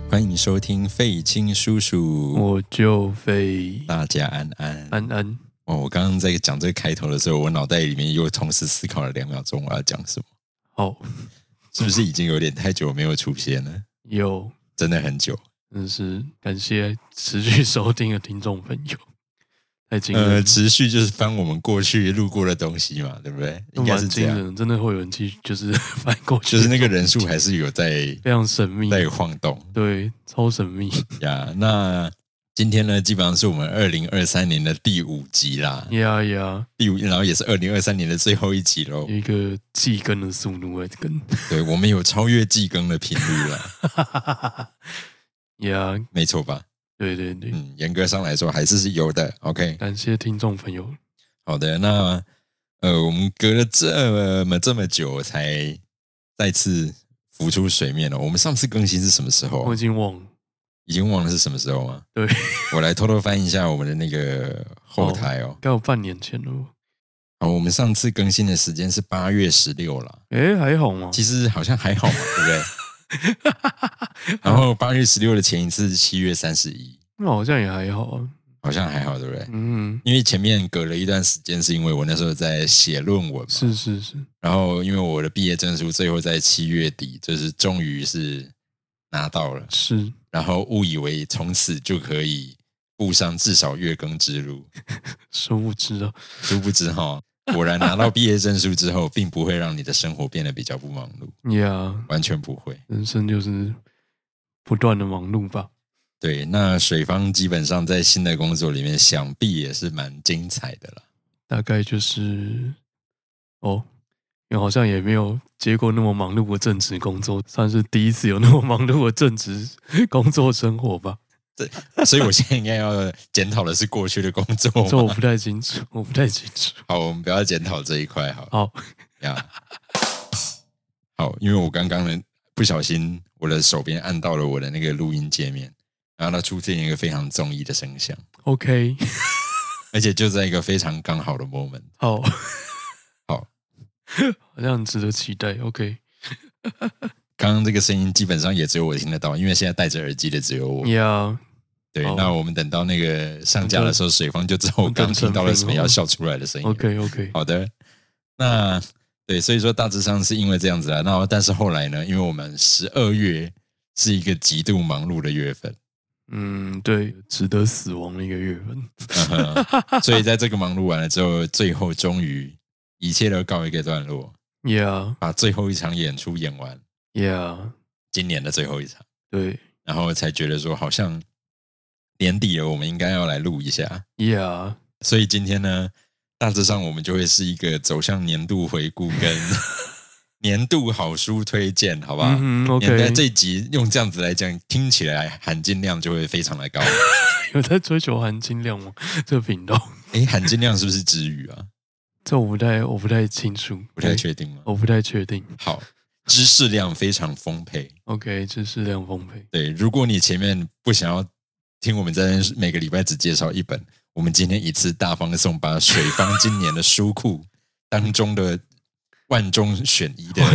欢迎收听废青叔叔， 我就废大家安安安安。 我刚刚在讲这个开头的时候，我脑袋里面又同时思考了2秒钟，我要讲什么？ 好， 是不是已经有点太久没有出现了？ 有， 真的很久。 真是感谢持续收听的听众朋友，太惊人了。 持续就是翻我们过去录过的东西嘛，对不对？应该是这样。 蛮惊人，真的会有人去就是翻过去， 就是那个人数还是有在非常神秘， 在晃动， 对，超神秘呀。那今天呢，基本上是我们2023年的第5集啦， 呀， 第5，然后也是2023年的最后一集喽。 有一个季更的速度来跟， 对，我们有超越季更的频率了。 呀， 没错吧？ 对， 严格上来说还是有的。OK， 感谢听众朋友。 好的，那我们隔了这么久才再次浮出水面了。我们上次更新是什么时候？ 我已经忘了， 已经忘了是什么时候吗？ 对， 我来偷偷翻一下我们的那个后台哦。 该有半年前了。 好，我们上次更新的时间是8月16啦。 还好吗？ 其实好像还好嘛，对不对？然后8月16的前一次是7月31， 那好像也还好啊。 好像还好，对不对？ 嗯， 因为前面隔了一段时间，是因为我那时候在写论文嘛。 是。 然后因为我的毕业证书最后在7月底，就是终于是拿到了， 是。 然后误以为从此就可以步上至少月更之路， 殊不知啊， 殊不知哈，果然拿到毕业证书之后，并不会让你的生活变得比较不忙碌， 呀， 完全不会。 人生就是不断的忙碌吧。 对，那水方基本上在新的工作里面，想必也是蛮精彩的啦。 大概就是因为好像也没有接过那么忙碌的正职工作，算是第一次有那么忙碌的正职工作生活吧。 对，所以我现在应该要检讨的是过去的工作吗？ 这我不太清楚， 好，我们不要检讨这一块好了。 好呀，好，因为我刚刚呢不小心，我的手边按到了我的那个录音界面，然后它出现一个非常综艺的声响 ，OK， 而且就在一个非常刚好的 moment。 好， 好像很值得期待。OK， 刚刚这个声音基本上也只有我听得到，因为现在戴着耳机的只有我。 呀， 对， 好那我们等到那个上架的时候，水方就知道我刚听到了什么要笑出来的声音。 OK， 好的，那对，所以说大致上是因为这样子啦。那但是后来呢，因为我们12月是一个极度忙碌的月份， 对，值得死亡的一个月份。 所以在这个忙碌完了之后，最后终于一切都告一个段落，把最后一场演出演完，今年的最后一场， 对， 然后才觉得说好像年底了，我们应该要来录一下，所以今天呢，大致上我们就会是一个走向年度回顾跟年度好书推荐，好不好 ？OK， 这一集用这样子来讲，听起来含金量就会非常的高。 有在追求含金量吗？这个频道？ 含金量是不是指语啊？ 这我不太清楚， 不太确定吗？ 我不太确定。 好，知识量非常丰沛。 OK，知识量丰沛。 对，如果你前面不想要听我们在每个礼拜只介绍一本，我们今天一次大放送，把水方今年的书库当中的万中选一的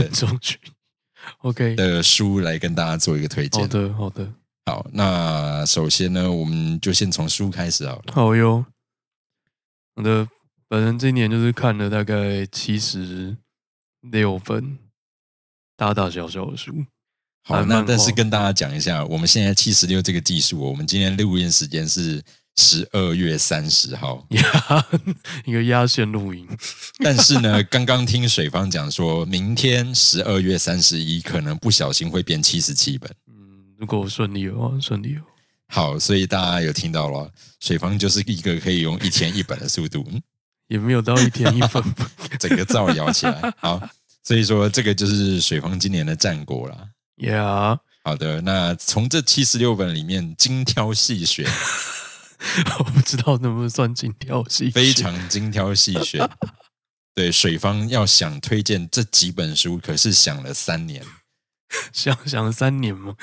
OK 的书来跟大家做一个推荐。 好的。 好，那首先呢，我们就先从书开始好了。 好哟，我的本人今年就是看了大概76本大大小小的书。 好，那但是跟大家讲一下，我们现在76这个技术，我们今天录音时间是12月30号， 一个压线录音。 但是呢，刚刚听水方讲说，明天12月31可能不小心会变77本。 如果顺利的话， 好，所以大家有听到了，水方就是一个可以用1天1本的速度， 也没有到1天1本， 整个造谣起来。好，所以说这个就是水方今年的战果啦。好的，那从这76本里面精挑细选， 我不知道能不能算精挑细选， 非常精挑细选。对，水方要想推荐这几本书，可是想了3年。 想了3年吗？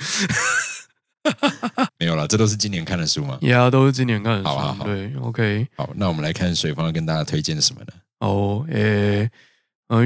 没有啦，这都是今年看的书吗？ 都是今年看的书。 好， 对 ，OK。 好，那我们来看水方要跟大家推荐什么呢？ 因为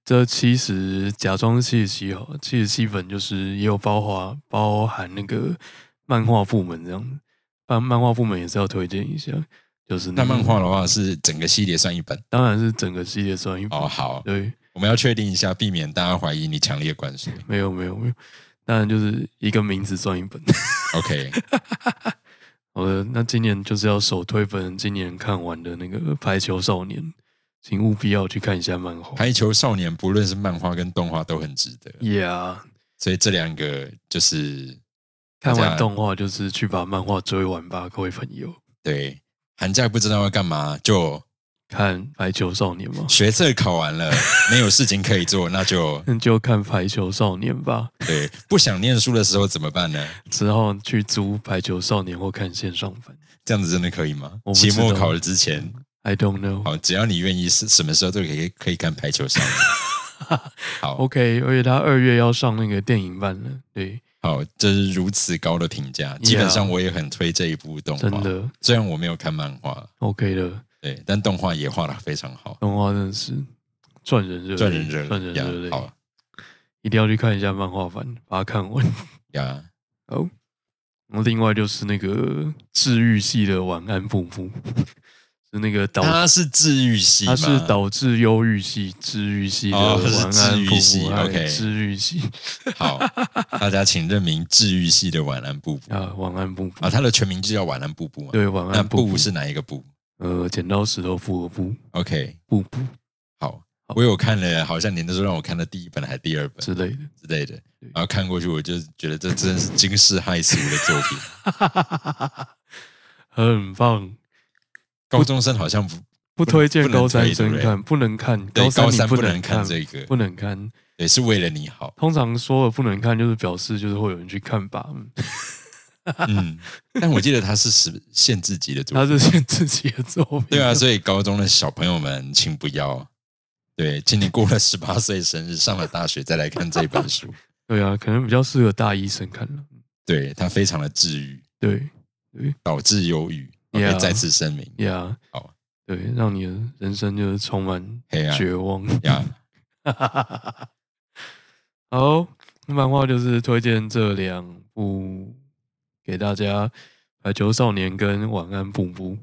这假装是77好，77本就是也有包含那个漫画部门这样子，漫画部门也是要推荐一下。就是那漫画的话是整个系列算一本， 当然是整个系列算一本。 哦，好， 对， 我们要确定一下，避免大家怀疑你强烈关系。 没有，当然就是一个名字算一本。 OK， 好的，那今年就是要首推本今年看完的那个《排球少年》，请务必要去看一下漫画。 《排球少年》不论是漫画跟动画都很值得。 Yeah， 所以这两个就是看完动画就是去把漫画追完吧，各位朋友。 对，寒假不知道要干嘛就看《排球少年》吗？ 学测考完了，没有事情可以做，那就看《排球少年》吧。 对，不想念书的时候怎么办呢？ 之后去租《排球少年》或看线上版， 这样子真的可以吗？期末考了之前 ，I don't know。 好，只要你愿意，什么时候都可以看《排球少年》。好 ，OK， 而且他2月要上那个电影版了，对。 好，这是如此高的评价，基本上我也很推这一部动画。 真的， 虽然我没有看漫画 ，OK 的。 对，但动画也画得非常好， 动画真的是赚人热泪， 好， 一定要去看一下漫画版，把它看完。 呀， 好，然后另外就是那个治愈系的晚安布布，是那个它是治愈系吗？ 它是导致忧郁系、治愈系的晚安布布 ，OK， 治愈系。 好，大家请认明治愈系的晚安布布啊，晚安布布啊，它的全名就叫晚安布布嘛。 对，晚安布布是哪一个布？ 剪刀石头布的布 ，OK， 布。 好，我有看了，好像你那时候让我看的第1本还是第2本之类的， 然后看过去，我就觉得这真的是惊世骇俗的作品， 很棒。 高中生好像不推荐高三生看，不能看。 对，高三不能看这个， 不能看。 对，是为了你好。 通常说了不能看，就是表示就是会有人去看吧。 但我记得它是限制级的作品， 它是限制级的作品。 对啊，所以高中的小朋友们，请不要。对，请你过了18岁生日，上了大学再来看这本书。 对啊，可能比较适合大一生看了。 对，它非常的治愈。 对， 导致忧郁。OK， 再次声明。好， 对，让你的人生就是充满绝望。好，漫画就是推荐这2部给大家，《排球少年》跟《晚安布布》。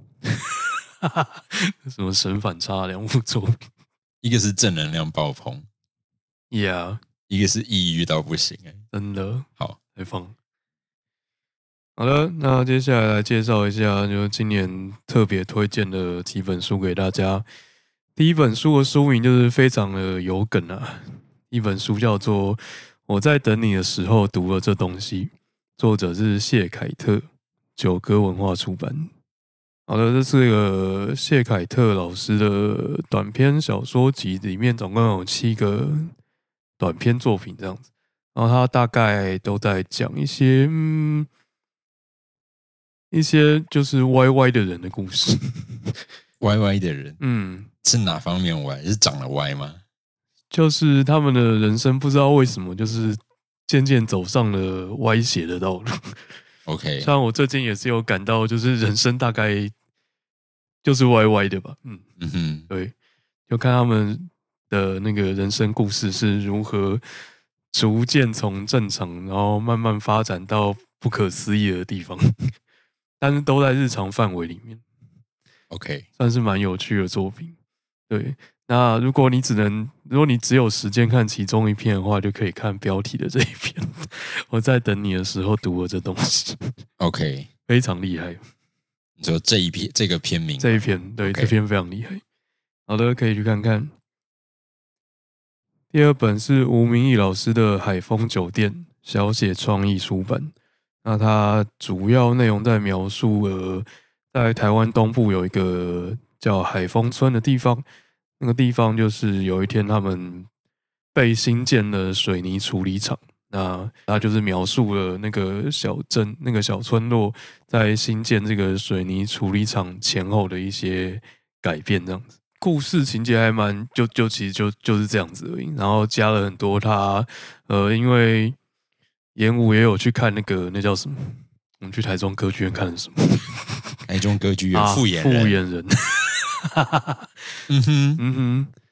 什么神反差2部作品？ 一个是正能量爆棚，一个是抑郁到不行， 真的。 好， 太棒。好的，那接下来介绍一下，就今年特别推荐的几本书给大家。第一本书的书名就是非常的有梗啊，一本书叫做《我在等你的时候读了这东西》，作者是谢凯特，九歌文化出版。好的，这是一个谢凯特老师的短篇小说集，里面总共有7个短篇作品这样子。然后他大概都在讲一些就是歪歪的人的故事。 歪歪的人，是哪方面歪？是长得歪吗？ 就是他们的人生不知道为什么，就是渐渐走上了歪斜的道路。 OK， 像我最近也是有感到，就是人生大概就是歪歪的吧。对，就看他们的那个人生故事是如何逐渐从正常，然后慢慢发展到不可思议的地方，但是都在日常范围里面。 OK， 算是蛮有趣的作品。对，那如果你只有时间看其中一篇的话，就可以看标题的这一篇。我在等你的时候读了这东西。 OK， 非常厉害。 你说这个篇名， 这一篇，对， okay， 这篇非常厉害。好的，可以去看看。第2本是吴明义老师的《海丰酒店》，小写创意出版。那它主要内容在描述在台湾东部有一个叫海丰村的地方，那个地方就是有一天他们被新建了水泥处理厂，那他就是描述了那个小镇、那个小村落在新建这个水泥处理厂前后的一些改变，这样子。故事情节还蛮其实就是这样子而已，然后加了很多他因为演武也有去看那叫什么？我们去台中歌剧院看了什么？ 台中歌剧院复演人。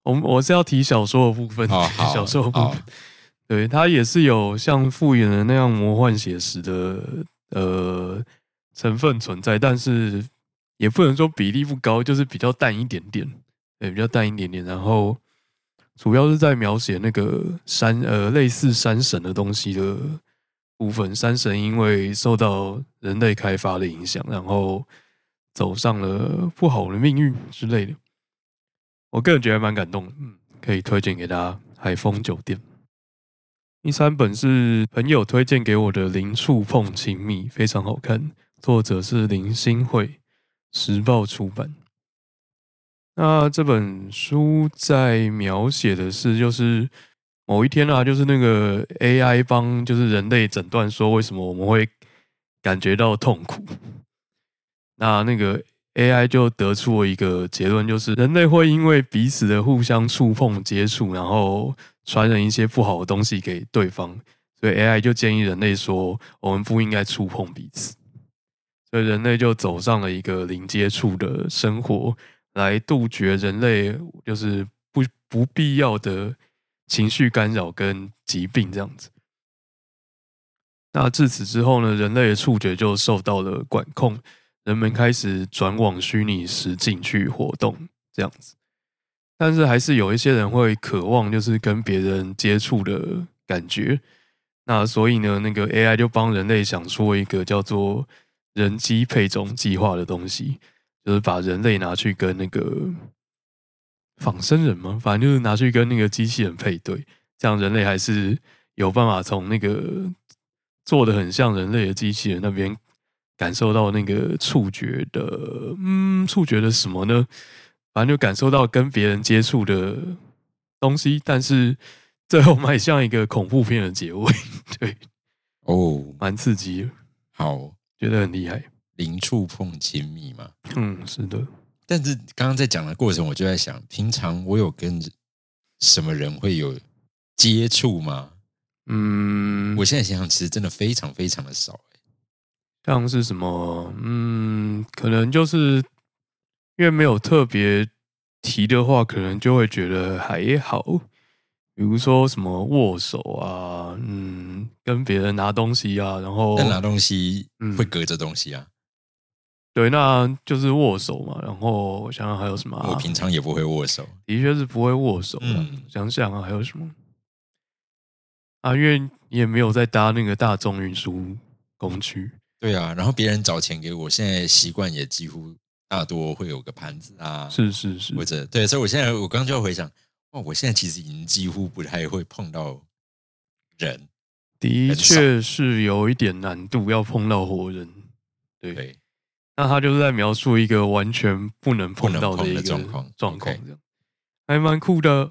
我是要提小说的部分，小说的部分，对，它也是有像复原的那样魔幻写实的成分存在，但是也不能说比例不高，就是比较淡一点点，对，比较淡一点点。然后主要是在描写那个类似山神的东西的部分，山神因为受到人类开发的影响，然后走上了不好的命运之类的。我个人觉得蛮感动的，可以推荐给大家。海丰酒店。第3本是朋友推荐给我的《零触碰亲密》，非常好看，作者是林心慧，时报出版。那这本书在描写的是，就是某一天啊，就是那个 AI 帮就是人类诊断说为什么我们会感觉到痛苦。那个 AI 就得出了一个结论，就是人类会因为彼此的互相触碰接触，然后传染一些不好的东西给对方，所以 AI 就建议人类说，我们不应该触碰彼此。所以人类就走上了一个零接触的生活，来杜绝人类就是不必要的情绪干扰跟疾病这样子。那自此之后呢，人类的触觉就受到了管控，人们开始转往虚拟实境去活动这样子。但是还是有一些人会渴望就是跟别人接触的感觉。那所以呢，那个 AI 就帮人类想出一个叫做人机配种计划的东西，就是把人类拿去跟那个仿生人嘛，反正就是拿去跟那个机器人配对，这样人类还是有办法从那个做的很像人类的机器人那边感受到那个触觉的，触觉的什么呢？反正就感受到跟别人接触的东西，但是最后迈向一个恐怖片的结尾，对，蛮刺激的， 好， 觉得很厉害。 零触碰亲密嘛， 是的。 但是刚刚在讲的过程，我就在想，平常我有跟什么人会有接触吗？我现在想想，其实真的非常非常的少。 像是什么，可能就是因为没有特别提的话，可能就会觉得还好。比如说什么握手啊，跟别人拿东西啊，然后但拿东西会隔着东西啊。 对，那就是握手嘛。然后我想想还有什么我平常也不会握手， 的确是不会握手的。想想啊，还有什么啊？因为你也没有在搭那个大众运输工具。 对啊，然后别人找钱给我，现在习惯也几乎大多会有个盘子啊， 是， 或者对，所以我刚刚就要回想，我现在其实已经几乎不太会碰到人， 的确是有一点难度，要碰到活人，对。那他就是在描述一个完全不能碰到的一个状况，这样还蛮酷的。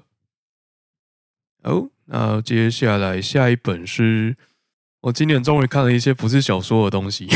那接下来下一本是我今年终于看了一些不是小说的东西，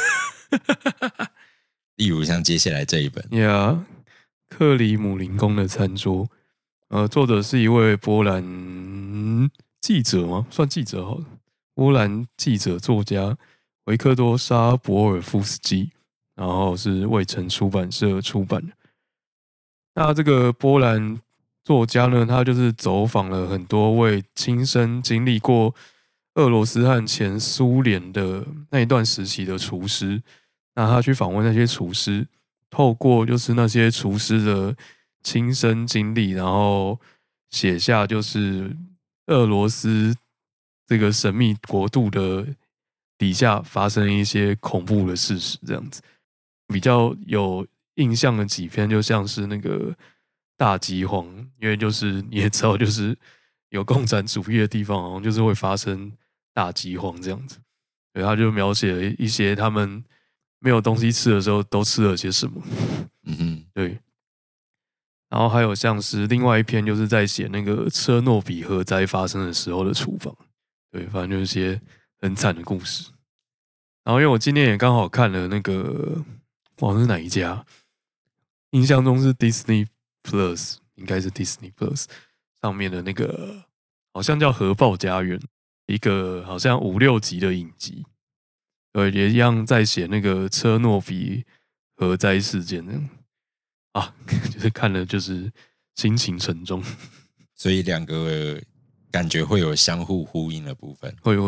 例如像接下来这一本克里姆林宫的餐桌，作者是一位波兰记者吗？算记者好了，波兰记者作家维克多·沙博尔夫斯基，然后是卫城出版社出版的。那这个波兰作家呢，他就是走访了很多位亲身经历过俄罗斯和前苏联的那一段时期的厨师。那他去访问那些厨师，透过就是那些厨师的亲身经历，然后写下就是俄罗斯这个神秘国度的底下发生一些恐怖的事实，这样子。比较有印象的几篇，就像是那个大饥荒，因为就是你也知道，就是有共产主义的地方，好像就是会发生大饥荒这样子。对，他就描写了一些他们没有东西吃的时候都吃了些什么。对。然后还有像是另外一篇，就是在写那个车诺比核灾发生的时候的厨房。对，反正就是一些很惨的故事。然后因为我今天也刚好看了那个，忘了是哪一家，印象中是 Disney Plus， 应该是 Disney Plus 上面的那个，好像叫《核爆家园》，一个好像5、6集的影集。对，也一样在写那个车诺比核灾事件那样啊，就是看了就是心情沉重。 所以两个感觉会有相互呼应的部分。 会。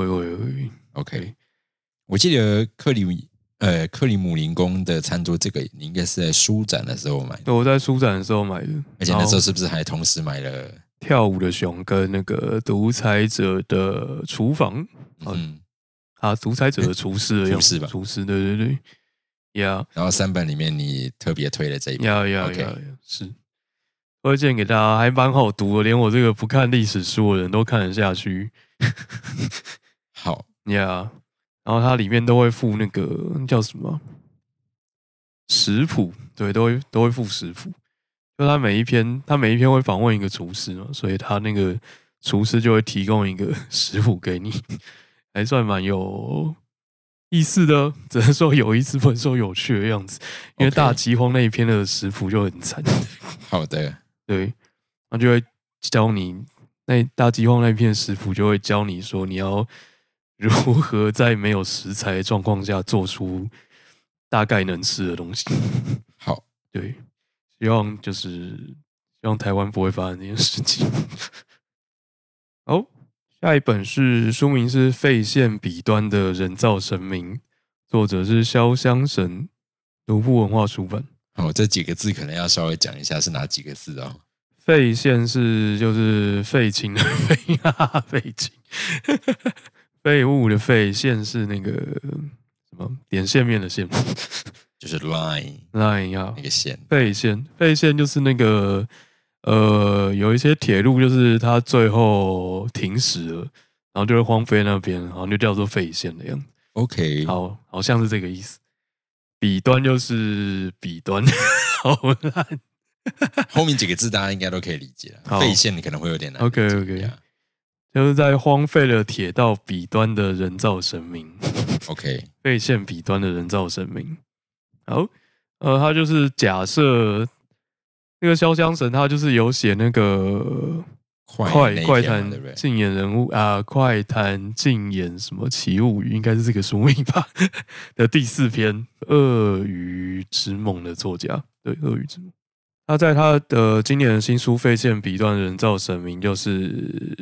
OK， 我记得克里姆林宫的餐桌，这个你应该是在书展的时候买的。 我在书展的时候买的， 而且那时候是不是还同时买了跳舞的熊跟那个独裁者的厨房？独裁者的厨师的样子，厨师，对，Yeah。 然后3本里面你特别推了这一本 ，Yeah，是推荐给大家，还蛮好读的，连我这个不看历史书的人都看得下去。 好 ，Yeah。然后它里面都会附那个叫什么食谱，对，都会附食谱。就他每一篇会访问一个厨师嘛，所以他那个厨师就会提供一个食谱给你，还算蛮有意思的，只能说有意思，不能说有趣的样子。因为大饥荒那一篇的食谱就很惨。 好的， 对，他就会教你那大饥荒那一篇食谱就会教你说你要如何在没有食材的状况下做出大概能吃的东西。 好， 对。希望台湾不会发生这件事情。好，下一本书名是废线彼端的人造神明，作者是潇湘神，独步文化出版。 好，这几个字可能要稍微讲一下是哪几个字哦。 废线就是废寝的废啊，废寝，废物的废，线是那个什么点线面的线。 就是 line 呀， 那个线， 废线就是那个有一些铁路就是它最后停驶了，然后就会荒废那边，然后就叫做废线的样子。 OK， 好像是这个意思。彼端就是彼端，好烂。 后面几个字大家应该都可以理解了，废线可能会有点难。 OK， 就是在荒废了铁道彼端的人造神明。 OK， 废线彼端的人造神明。好，他就是假设那个潇湘神，他就是有写那个快谈竞演人物啊，快谈竞演什么奇物语，应该是这个书名吧的第4篇《鳄鱼之梦》的作家，对，鳄鱼之梦。他在他的今年的新书《废线彼端人造神明》就是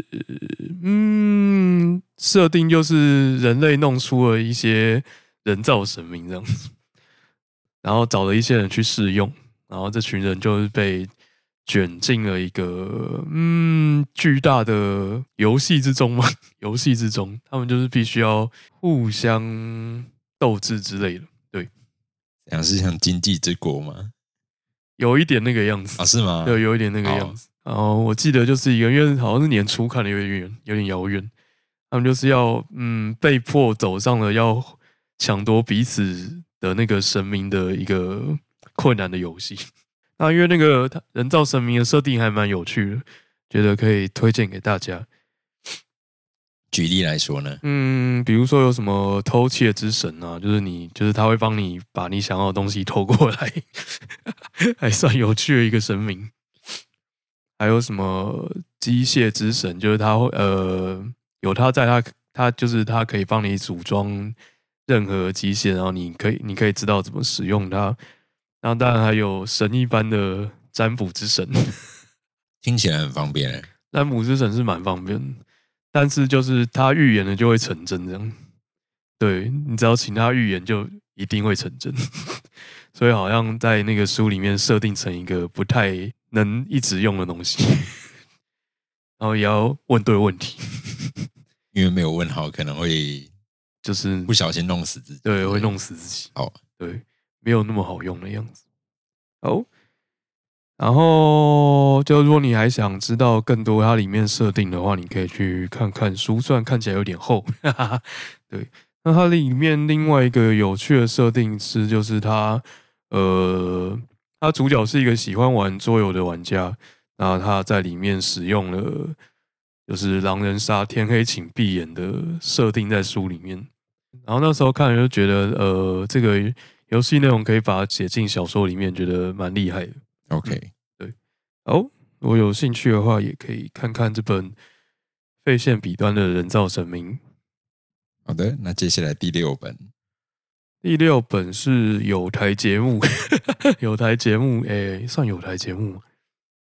设定就是人类弄出了一些人造神明这样子。然后找了一些人去试用，然后这群人就是被卷进了一个巨大的游戏之中嘛，游戏之中，他们就是必须要互相斗智之类的，对。 是像经济之国吗？ 有一点那个样子啊，是吗？ 对，有一点那个样子。然后我记得就是一个，因为好像是年初看的，有点遥远。他们就是要被迫走上了要抢夺彼此的那个神明的一个困难的游戏。那因为那个人造神明的设定还蛮有趣的，觉得可以推荐给大家。 举例来说呢？ 比如说有什么偷窃之神啊，就是他会帮你把你想要的东西偷过来，还算有趣的一个神明。还有什么机械之神，就是他会有他在他就是他可以帮你组装任何机械，然后你可以知道怎么使用它。然后当然还有神一般的占卜之神， 听起来很方便。 占卜之神是蛮方便的，但是就是他预言的就会成真这样。对，你只要请他预言就一定会成真。所以好像在那个书里面设定成一个不太能一直用的东西，然后也要问对问题， 因为没有问好可能会就是不小心弄死自己。 对，会弄死自己。 好， 对，没有那么好用的样子。好，然后就如果你还想知道更多它里面设定的话，你可以去看看书，虽然看起来有点厚。对，那它里面另外一个有趣的设定是，就是它主角是一个喜欢玩桌游的玩家，那他在里面使用了就是狼人杀天黑请闭眼的设定在书里面。然后那时候看了就觉得这个游戏内容可以把它写进小说里面，觉得蛮厉害的。 OK， 对，好，如果有兴趣的话，也可以看看这本废线彼端的人造神明。 好的，那接下来第6本。 第6本是有台节目，有台节目，算有台节目吗？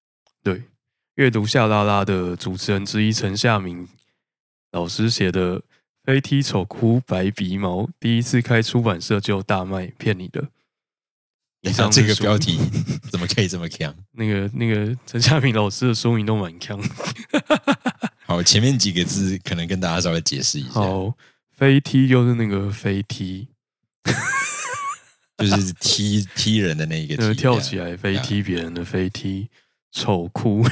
对，阅读夏拉拉的主持人之一陈夏明老师写的《飞踢丑哭白鼻毛》，第一次开出版社就大卖，骗你的。 以上这个标题怎么可以这么强？ 那个陈夏明老师的书名都蛮强。 好，前面几个字可能跟大家稍微解释一下。 好，飞踢就是那个飞踢， 就是踢人的那一个踢， 跳起来飞踢别人的飞踢，丑哭。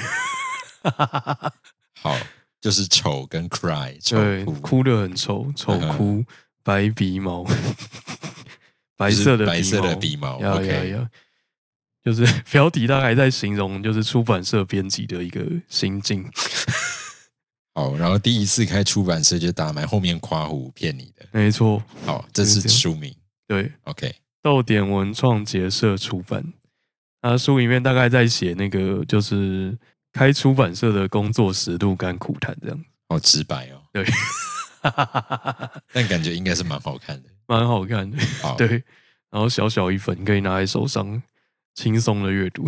好，就是丑跟 cry， 对，哭得很丑，丑哭，白鼻毛。白色的鼻毛 ，OK， 就是标题大概在形容就是出版社编辑的一个心境。 好，然后第一次开出版社就大卖，后面夸胡骗你的， 没错。 好，这是书名， 对 ，OK。 逗点文创结社出版，他书里面大概在写那个就是开出版社的工作实录跟苦谈这样。 好直白哦。 对。 但感觉应该是蛮好看的， 蛮好看的，对。然后小小一本可以拿在手上，轻松的阅读。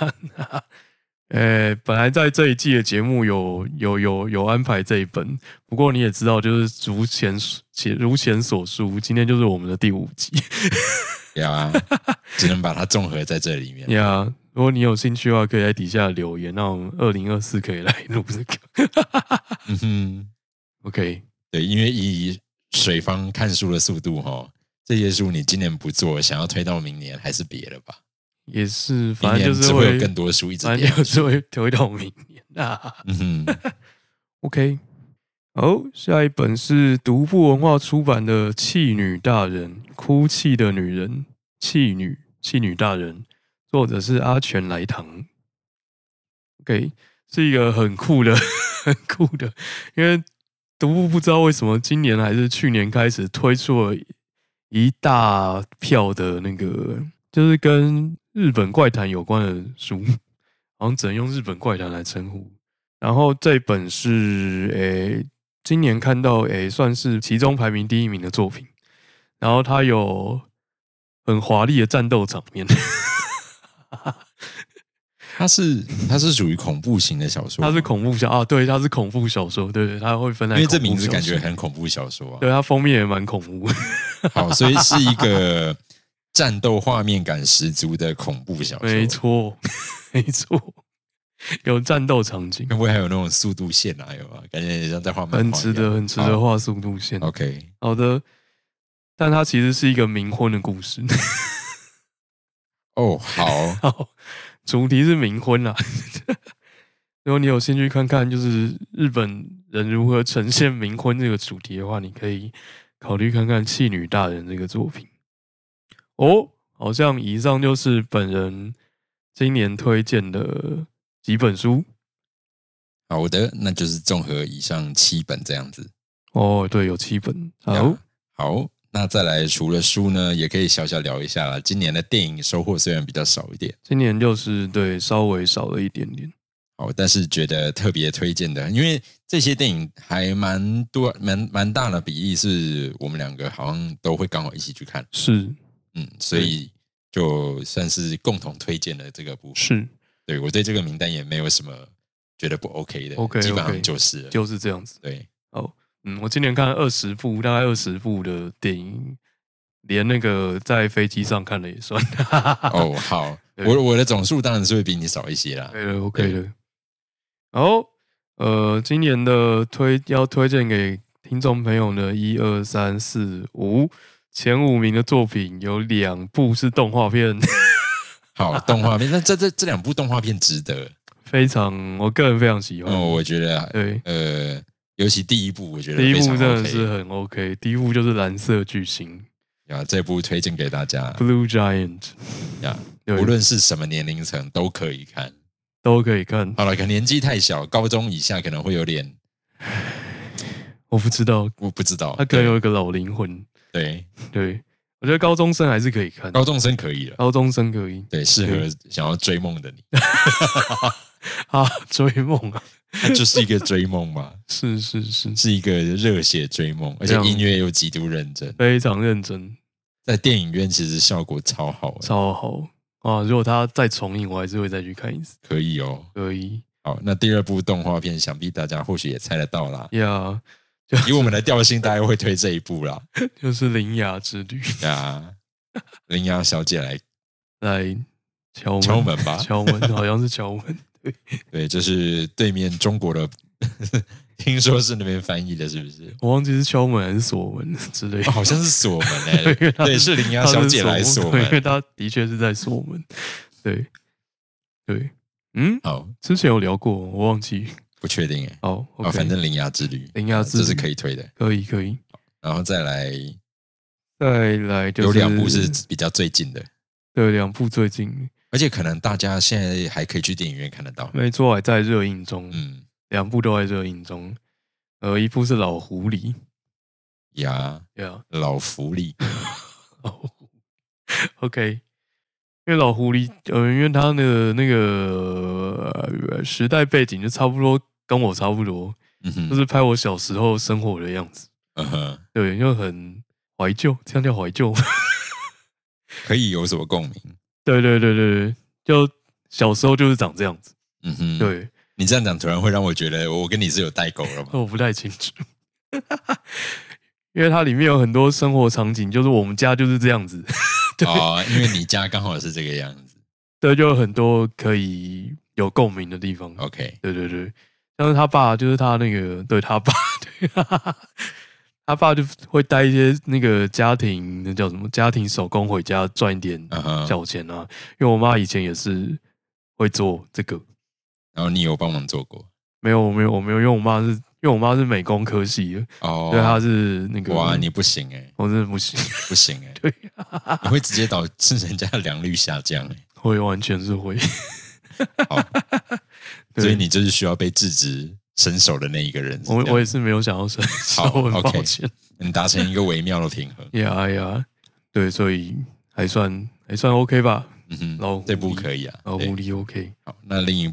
本来在这一季的节目有安排这一本，不过你也知道，就是如前所述，今天就是我们的第5集。 呀，只能把它综合在这里面。 呀，如果你有兴趣的话，可以在底下留言，那我们2024可以来录这个。 嗯哼 ，OK。 对，因为以水方看书的速度这些书你今年不做，想要推到明年还是别了吧？ 也是，反正就是会有更多书一直， 反正就是会推到明年啊。OK， 好，下一本是独步文化出版的《弃女大人》，哭泣的女人，弃女大人，作者是阿全来堂。OK， 是一个很酷的，因为独步不知道为什么今年还是去年开始推出了一大票的那个，就是跟日本怪谈有关的书，好像只能用日本怪谈来称呼。然后这本是今年看到算是其中排名第1名的作品，然后它有很华丽的战斗场面。 它是属于恐怖型的小说， 它是恐怖对，它是恐怖小说，对，它会分在因为这名字感觉很恐怖小说啊， 对，它封面也蛮恐怖。 好，所以是一个战斗画面感十足的恐怖小说， 没错，有战斗场景， 会不会还有那种速度线啊？有啊，感觉像在画漫画， 很值得画速度线。 OK， 好的，但它其实是一个冥婚的故事。 哦，好。 主题是冥婚啦。如果你有兴趣看看，就是日本人如何呈现冥婚这个主题的话，你可以考虑看看《弃女大人》这个作品。好像以上就是本人今年推荐的几本书。 好的，那就是综合以上7本这样子。 对，有7本。 好。那再来，除了书呢，也可以小小聊一下啦。今年的电影收获虽然比较少一点， 今年就是对稍微少了一点点。 好，但是觉得特别推荐的，因为这些电影还蛮多、蛮大的比例是我们2个好像都会刚好一起去看。 是， 所以就算是共同推荐的这个部分。 是， 对，我对这个名单也没有什么觉得不 OK 的，基本上就是这样子。 对， 我今年看了大概20部的电影，连那个在飞机上看的也算。 好，我的总数当然是会比你少一些啦。 对了 ，OK 的。好，今年的要推荐给听众朋友的1、2、3、4、5前5名的作品有2部是动画片。 好，动画片，那这2部动画片值得， 我个人非常喜欢。 我觉得对， 尤其第1部，我觉得第1部真的是很 OK。第1部就是蓝色巨星这部推荐给大家 ，Blue Giant 无论是什么年龄层都可以看。 好了，可能年纪太小，高中以下可能会有点， 我不知道，他可能有一个老灵魂。 对， 我觉得高中生还是可以看， 高中生可以了，对，适合想要追梦的你。 追梦啊， 它就是一个追梦嘛， 是一个热血追梦，而且音乐又极度认真， 非常认真， 在电影院其实效果超好， 啊，如果它再重映，我还是会再去看一次。 可以哦， 可以。 好，那第二部动画片，想必大家或许也猜得到啦。 呀， 以我们的调性，大概会推这一部啦。 就是《铃芽之旅》 呀，铃芽小姐来敲门吧， 敲门，好像是敲门。对对，就是对面中国的。听说是那边翻译的，是不是？ 我忘记是敲门还是锁门之类的， 好像是锁门对，是铃芽小姐来锁门， 因为她的确是在锁门。对， 好， 之前有聊过，我忘记， 不确定好， 反正铃芽之旅，这是可以推的， 可以。 然后再来就是有2部是比较最近的， 对，2部最近， 而且可能大家现在还可以去电影院看得到， 没错，还在热映中，2部都在热映中，一部是老狐狸呀，老狐狸 ，OK， 因为老狐狸，因为他的那个时代背景就差不多跟我差不多，就是拍我小时候生活的样子，对，就很怀旧，这样叫怀旧， 可以有什么共鸣？ 对，就小时候就是长这样子，对。 你这样讲突然会让我觉得我跟你是有代沟了吗？ 我不太清楚，因为它里面有很多生活场景，就是我们家就是这样子。 因为你家刚好是这个样子， 对，就有很多可以有共鸣的地方。 OK， 对，像是他爸，就是他那个，对他爸，对，他爸就会带一些那个家庭，那叫什么家庭手工回家赚一点小钱啊。因为我妈以前也是会做这个。 然后你有帮忙做过？ 没有，我没有，因为我妈是美工科系的，对，她是那个。 哇，你不行我真的不行， 不行对， 你会直接导致人家的良率下降会，完全是会。 好，所以你就是需要被制止伸手的那一个人。 我也是没有想要伸手，很抱歉。 你达成一个微妙的平衡。 呀，对，所以还算 OK 吧。 这部可以啊， 老狐狸 OK。 好，那另一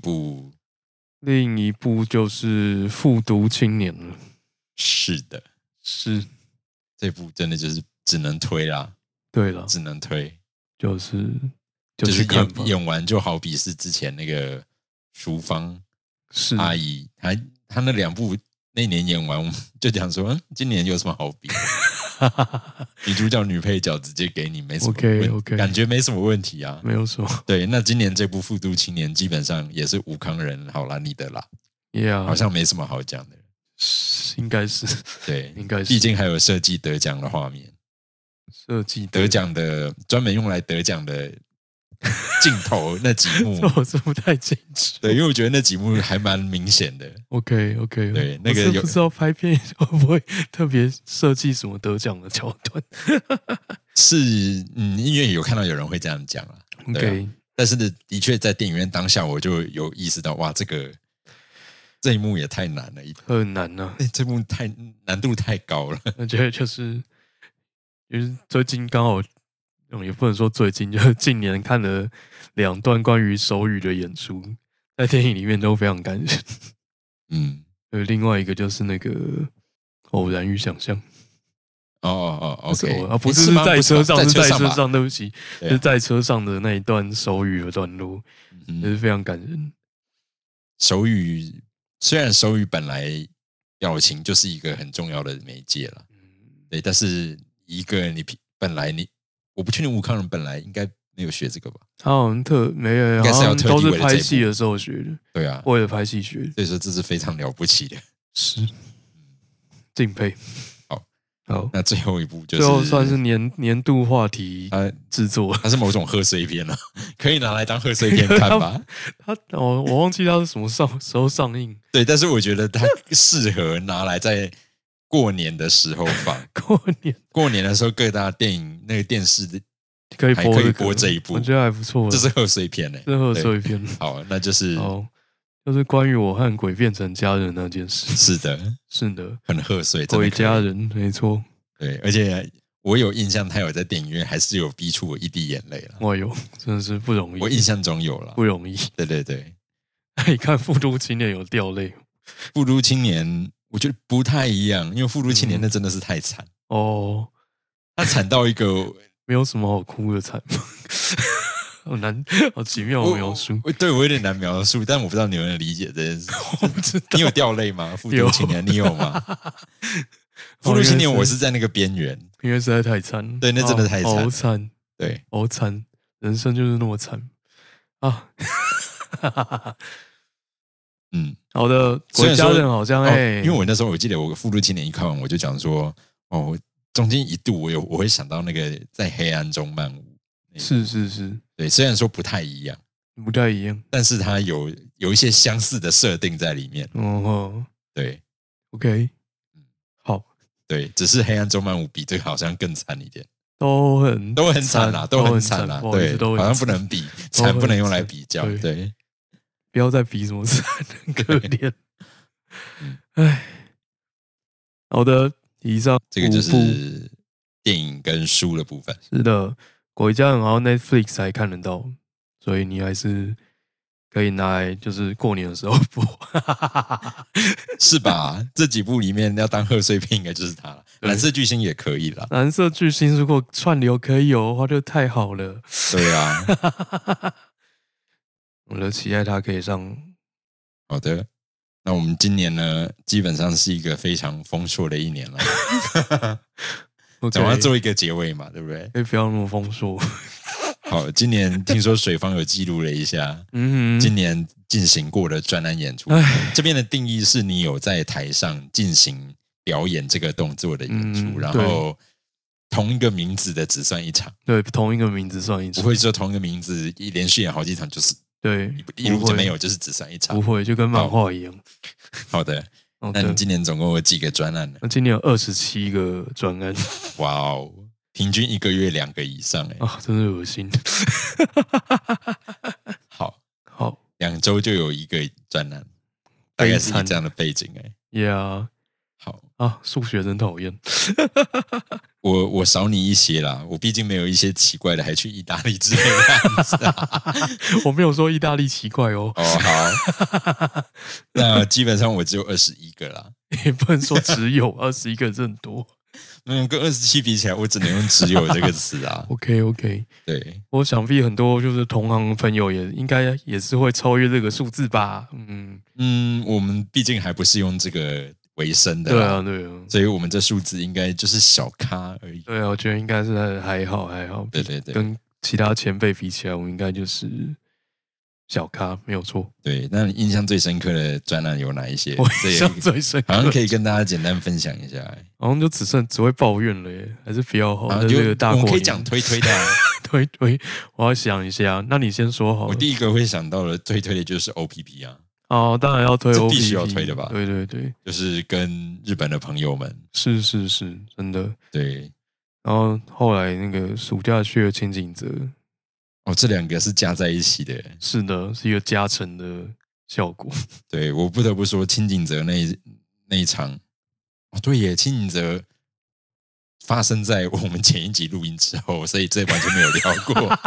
部就是《复读青年》了。 是的， 是这部真的就是只能推啦。 对了， 只能推， 就是演完就好比是之前那个淑芳阿姨，她那2部那年演完，我们就讲说，今年有什么好比？女主角、女配角直接给你，没什么 OK， 感觉没什么问题啊， 没有错。 对，那今年这部《复读青年》基本上也是吴慷仁好啦，你的啦，好像没什么好讲的， 应该是对， 应该是， 毕竟还有设计得奖的画面， 设计得奖的专门用来得奖的镜头那几幕， 我是不太清楚。 对，因为我觉得那几幕还蛮明显的。 OK， 对，那个不知道拍片会不会特别设计什么得奖的桥段？ 是，因为有看到有人会这样讲啊。 OK， 但是的确在电影院当下，我就有意识到，哇，这一幕也太难了， 很难啊！ 这幕难度太高了。 我觉得就是最近刚好。也不能说最近，就是近年看了2段关于手语的演出，在电影里面都非常感人。另外一个就是那个偶然与想象。 OK， 不是在车上，是在车上，对不起，是在车上的那一段手语的段落，也是非常感人。 手语虽然手语本来表情就是一个很重要的媒介了，对，但是一个本来我不确定吴慷仁本来应该没有学这个吧？ 他好像没有， 应该是要特地都是拍戏的时候学的。 对啊， 为了拍戏学的。 所以说这是非常了不起的， 是敬佩。好， 那最后一部就是最后算是年度话题制作， 它是某种贺岁片啊，可以拿来当贺岁片看吧？ 我忘记它是什么时候上映。 对，但是我觉得它适合拿来在过年的时候放。过年的时候，各大电影那个电视的可以播这一部， 我觉得还不错。 这是贺岁片是贺岁片。 好，那就是关于我和鬼变成家人那件事。 是的，很贺岁， 鬼家人没错。 对，而且我有印象，他有在电影院还是有逼出我一滴眼泪了。 我有，真的是不容易。 我印象中有了， 不容易。 对。 你看《复读青年》有掉泪，《 复读青年》我觉得不太一样，因为《复读青年》那真的是太惨他惨到一个没有什么好哭的惨。 好难，好奇妙的描述。 对我有点难描述，但我不知道你们能理解这件事。 我不知道， 你有掉泪吗？复读青年，你有吗？复读青年，我是在那个边缘， 因为实在太惨。 对，那真的太惨， 好惨， 对， 好惨，人生就是那么惨啊！ 嗯， 好的，国家人好像因为我那时候我记得我复读青年一看完，我就讲说，中间一度我会想到那个在黑暗中漫舞， 是， 对，虽然说不太一样，但是它有一些相似的设定在里面。 哦， 对 ，OK， 好， 对，只是黑暗中漫舞比这个好像更惨一点， 都很惨啦，都很惨啦，对，好像不能比，惨不能用来比较，对。 不要再比什么惨，很可怜。哎，好的，以上这个就是电影跟书的部分。 是的，鬼家人好像 Netflix 才看得到，所以你还是可以拿来就是过年的时候播， 是吧？这几部里面要当贺岁片，应该就是它了。蓝色巨星也可以啦。 蓝色巨星如果串流可以有的话，就太好了。 对啊。 我的期待它可以上。 好的，那我们今年呢，基本上是一个非常丰硕的一年了。总要做一个结尾嘛，对不对？ 可以不要那么丰硕。 好，今年听说水方有记录了一下，今年进行过的专栏演出，这边的定义是你有在台上进行表演这个动作的演出，然后同一个名字的只算一场。 对，同一个名字算一场， 不会说同一个名字连续演好几场就是。 对， 一路就没有，就是只算一场， 不会，就跟漫画一样。 好的，那你今年总共有几个专案呢？ 那今年有27个专案。 哇哦，平均1个月2个以上啊，真是恶心。 好 ，2 周就有1个专案，大概是这样的背景 Yeah， 好啊，数学真讨厌。 我少你一些啦，我毕竟没有一些奇怪的，还去意大利之类的案子啊。 我没有说意大利奇怪哦。 好，那基本上我只有21个啦。 也不能说只有21个，是很多。 跟27比起来，我只能用只有这个词啊。 OK， 对， 我想必很多就是同行朋友也应该也是会超越这个数字吧。 我们毕竟还不是用这个为生的， 对啊， 所以我们这数字应该就是小咖而已。 对啊，我觉得应该是还好， 对， 跟其他前辈比起来，我们应该就是小咖，没有错。 对，那你印象最深刻的专栏有哪一些？ 我印象最深刻， 好像可以跟大家简单分享一下。 好像就只会抱怨了耶，还是比较好。这个大过年， 我们可以讲推的啊。 推，我要想一下。那你先说好了。 我第一个会想到的推的就是 OPP 啊。 哦，当然要推 OPP， 这必须要推的吧？ 对， 就是跟日本的朋友们， 是，真的对。 然后后来那个暑假去了清景泽， 这2个是加在一起的， 是的，是一个加成的效果。 对，我不得不说清景泽那一场，对耶，清景泽发生在我们前一集录音之后，所以这完全没有聊过。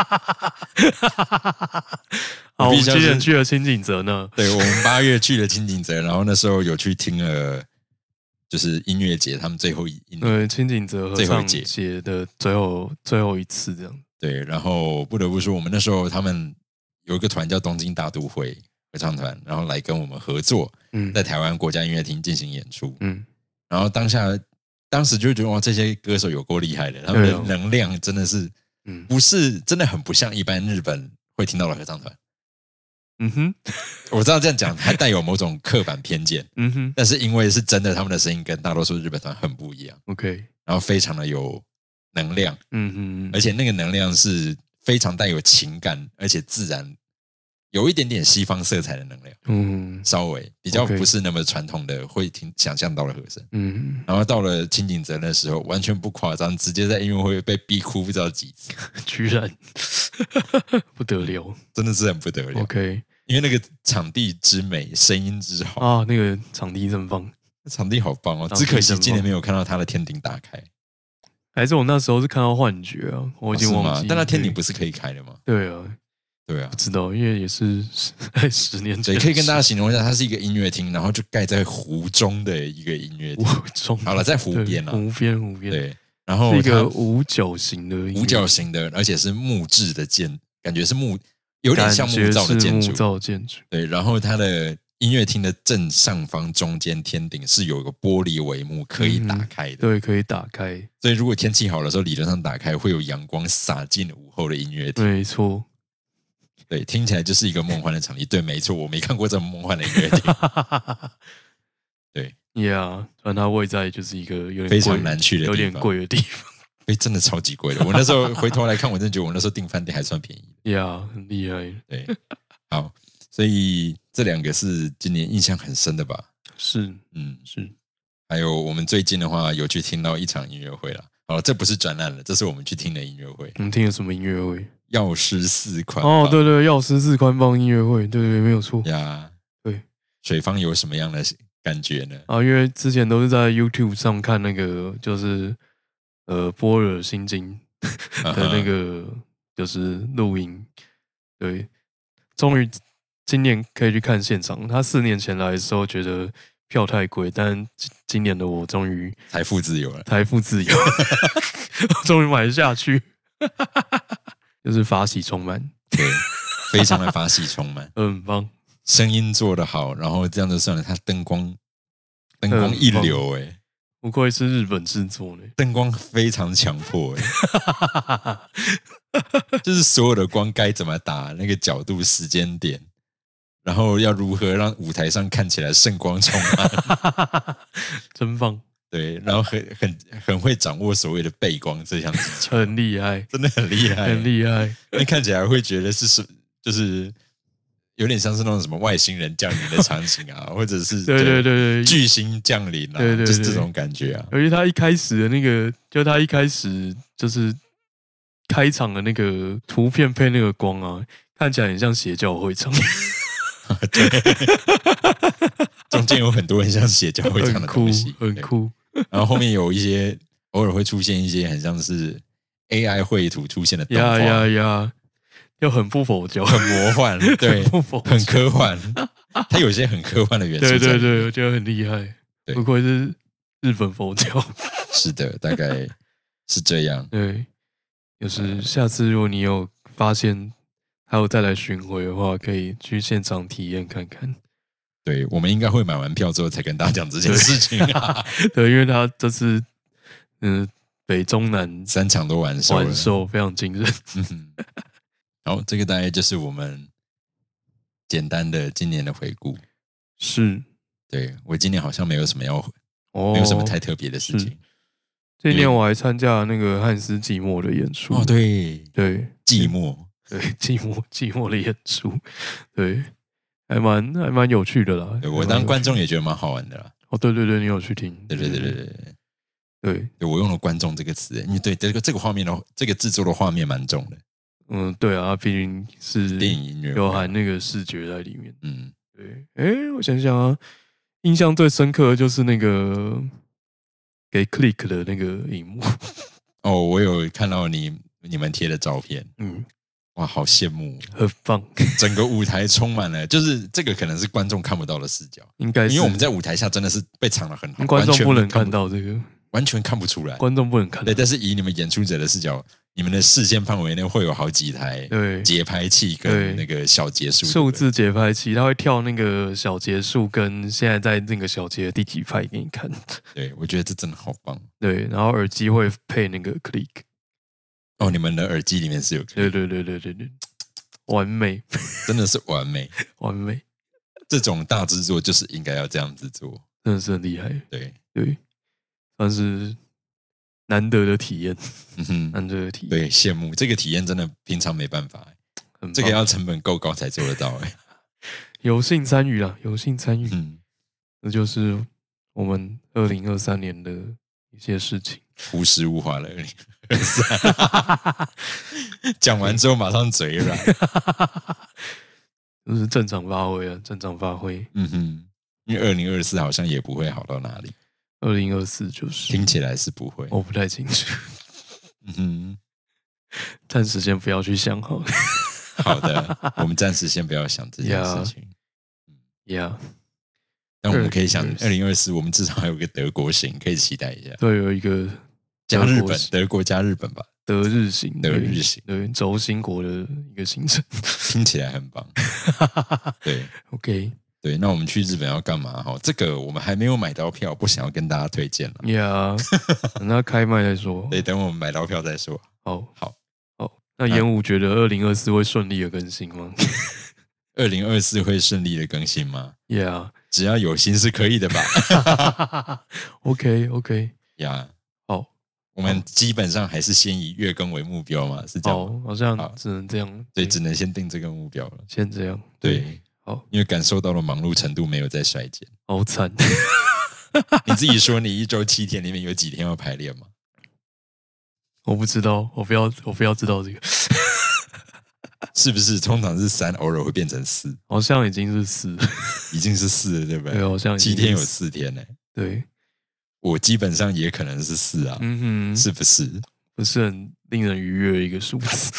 好，我们今年去了清景泽呢。 对，我们8月去了清景泽，然后那时候有去听了，就是音乐节他们最后对清景泽合唱节的最后一次这样。 对，然后不得不说，我们那时候他们有一个团叫东京大都会合唱团，然后来跟我们合作，在台湾国家音乐厅进行演出。然后当时就觉得哇，这些歌手有够厉害的，他们的能量真的是，不是真的很不像一般日本会听到的合唱团。我知道这样讲还带有某种刻板偏见，但是因为是真的，他们的声音跟大多数日本团很不一样。 OK， 然后非常的有能量，而且那个能量是非常带有情感，而且自然，有一点点西方色彩的能量，稍微比较不是那么传统的会想象到的和声，然后到了清景泽的时候，完全不夸张，直接在音乐会被逼哭不知道几次， 居然不得了， 真的是很不得了。 OK， 因为那个场地之美，声音之好啊，那个场地真棒， 场地好棒哦，只可惜今年没有看到它的天顶打开。 还是我那时候是看到幻觉啊，我已经忘记。 但它天顶不是可以开的吗？ 对啊， 不知道，因为也是10年前。 可以跟大家形容一下，它是一个音乐厅，然后就盖在湖中的一个音乐厅。 湖中， 好了，在湖边啊， 湖边。 对，然后是一个五角形的， 而且是木质的感觉是有点像木造的建筑， 木造建筑。 对，然后它的音乐厅的正上方中间天顶是有一个玻璃帷幕可以打开的， 对，可以打开。 所以如果天气好的时候，理论上打开会有阳光洒进午后的音乐厅。 没错， 对，听起来就是一个梦幻的场地。对，没错，我没看过这么梦幻的音乐厅。对 ，Yeah， 但它位在就是一个有点非常难去的地方， 有点贵的地方。 真的超级贵的。我那时候回头来看，我真的觉得我那时候订饭店还算便宜。 Yeah， 很厉害。 对，好，所以这2个是今年印象很深的吧？ 是， 是。还有我们最近的话，有去听到一场音乐会啦。好了，这不是转案了，这是我们去听的音乐会。 我们听了什么音乐会？ 药师寺宽哦，对对，药师寺宽放音乐会，对对，没有错呀。 对， 水方有什么样的感觉呢？ 因为之前都是在 YouTube 上看那个，就是波尔心经的那个就是录音，对，终于今年可以去看现场。他4年前来的时候觉得票太贵，但今年的我终于财富自由了， 终于买下去，就是法喜充满， 对，非常的法喜充满， 很棒， 声音做得好，然后这样就算了，他灯光一流哎。 不愧是日本制作呢， 灯光非常强迫就是所有的光该怎么打，那个角度、时间点，然后要如何让舞台上看起来圣光充满， 真棒。 对，然后很会掌握所谓的背光这项技巧， 很厉害， 真的很厉害， 很厉害。 那看起来会觉得就是有点像是那种什么外星人降临的场景啊，或者是对巨星降临啊， 对就是这种感觉啊。 而且他一开始的那个，他一开始就是开场的那个图片配那个光啊，看起来很像邪教会场。 对，中间有很多很像邪教会场的东西， 很酷。 然后后面有一些偶尔会出现一些很像是 AI 绘图出现的动画， 又很不佛教， 很魔幻，对，很科幻。它有一些很科幻的元素， 对，我觉得很厉害。不愧是日本佛教。 是的，大概是这样。 对，就是下次如果你有发现还有再来巡回的话，可以去现场体验看看。 对，我们应该会买完票之后才跟大家讲这件事情啊。 对，因为他这次北中南 3场都完售， 非常惊人。 好，这个大概就是我们简单的今年的回顾。 是， 对，我今年好像没有什么没有什么太特别的事情。 这年我还参加了那个汉斯季默的演出。 哦，对，季默，对，季默的演出，对。还蛮有趣的啦， 我当观众也觉得蛮好玩的啦。 哦，对，你有去听？对， 我用了"观众"这个词，因为对这个画面的这个制作的画面蛮重的。 对啊，毕竟是电影音乐， 有含那个视觉在里面。对，我想想啊，印象最深刻的就是那个给 Click 的那个荧幕。 哦，我有看到你们贴的照片。哇，好羡慕， 很棒！ 整个舞台充满了，就是这个可能是观众看不到的视角， 应该是因为我们在舞台下真的是被藏得很好， 观众不能看到这个， 完全看不出来， 观众不能看到。 对，但是以你们演出者的视角，你们的视线范围内会有好几台节拍器跟那个小节数数字节拍器，它会跳那个小节数跟现在在那个小节的第几拍给你看。 对，我觉得这真的好棒。 对，然后耳机会配那个 click。 哦，你们的耳机里面是有 click。 对，完美， 真的是完美， 完美。 这种大制作就是应该要这样子做， 真的是很厉害。 对， 算是难得的体验。难得的体验。 对，羡慕这个体验真的平常没办法，这个要成本够高才做得到。 有幸参与啦，有幸参与。这就是我们2023年的一些事情。 朴实无华的2023，讲完之后马上嘴软， 就是正常发挥啊，正常发挥。 因为2024好像也不会好到哪里。 2024就是听起来是不会， 我不太清楚。暂时先不要去想好了。 好的，我们暂时先不要想这件事情。但我们可以想，2024我们至少还有个德国行可以期待一下。 对，有一个加日本，德国加日本吧。 德日行，对，轴心国的一个行程， 听起来很棒。对 ，OK， 对，那我们去日本要干嘛？这个我们还没有买到票，不想要跟大家推荐了。 Yeah， 等他开卖再说。 对，等我们买到票再说。 好。那演武觉得2024会顺利的更新吗 ？2024会顺利的更新吗 ？Yeah， 只要有心是可以的吧 ？OK， 呀， 好， 我们基本上还是先以月更为目标嘛，是这样吗？ 好像只能这样， 对，只能先定这个目标了。 先这样， 对， 好， 因为感受到了忙碌程度没有在衰减， 好惨。 你自己说，你1周7天里面有几天要排练吗？ 我不知道，我非要知道这个， 是不是？通常是3，偶尔会变成4， 好像已经是4， 已经是4了，对不对？ 对，好像 7天有4天呢。 对， 我基本上也可能是4啊，是不是？ 不是很令人愉悦的一个数字。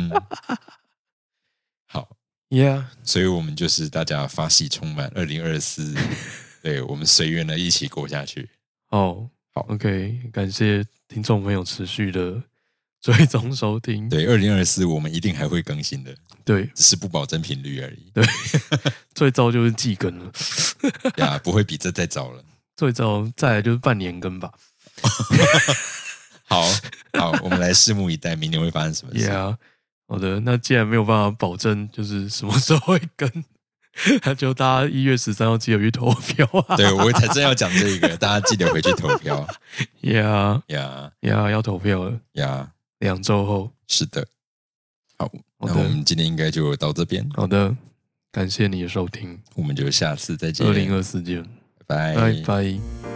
好 ，Yeah， 所以我们就是大家发喜充满2024，对，我们随缘的一起过下去。 好 ，OK， 感谢听众朋友持续的追踪收听。 对，2024我们一定还会更新的。 对， 只是不保证频率而已。 对，最糟就是季更了。 呀，不会比这再早了。 最糟再来就是半年更吧。 好，我们来拭目以待，明年会发生什么事。 Yeah， 好的，那既然没有办法保证就是什么时候会更，那就大家1月13号记得去投票啊。 对，我才正要讲这个，大家记得回去投票。 Yeah， 要投票了。2周后。 是的。好，那我们今天应该就到这边。 好的，感谢你的收听， 我们就下次再见。 2024见， 拜拜拜。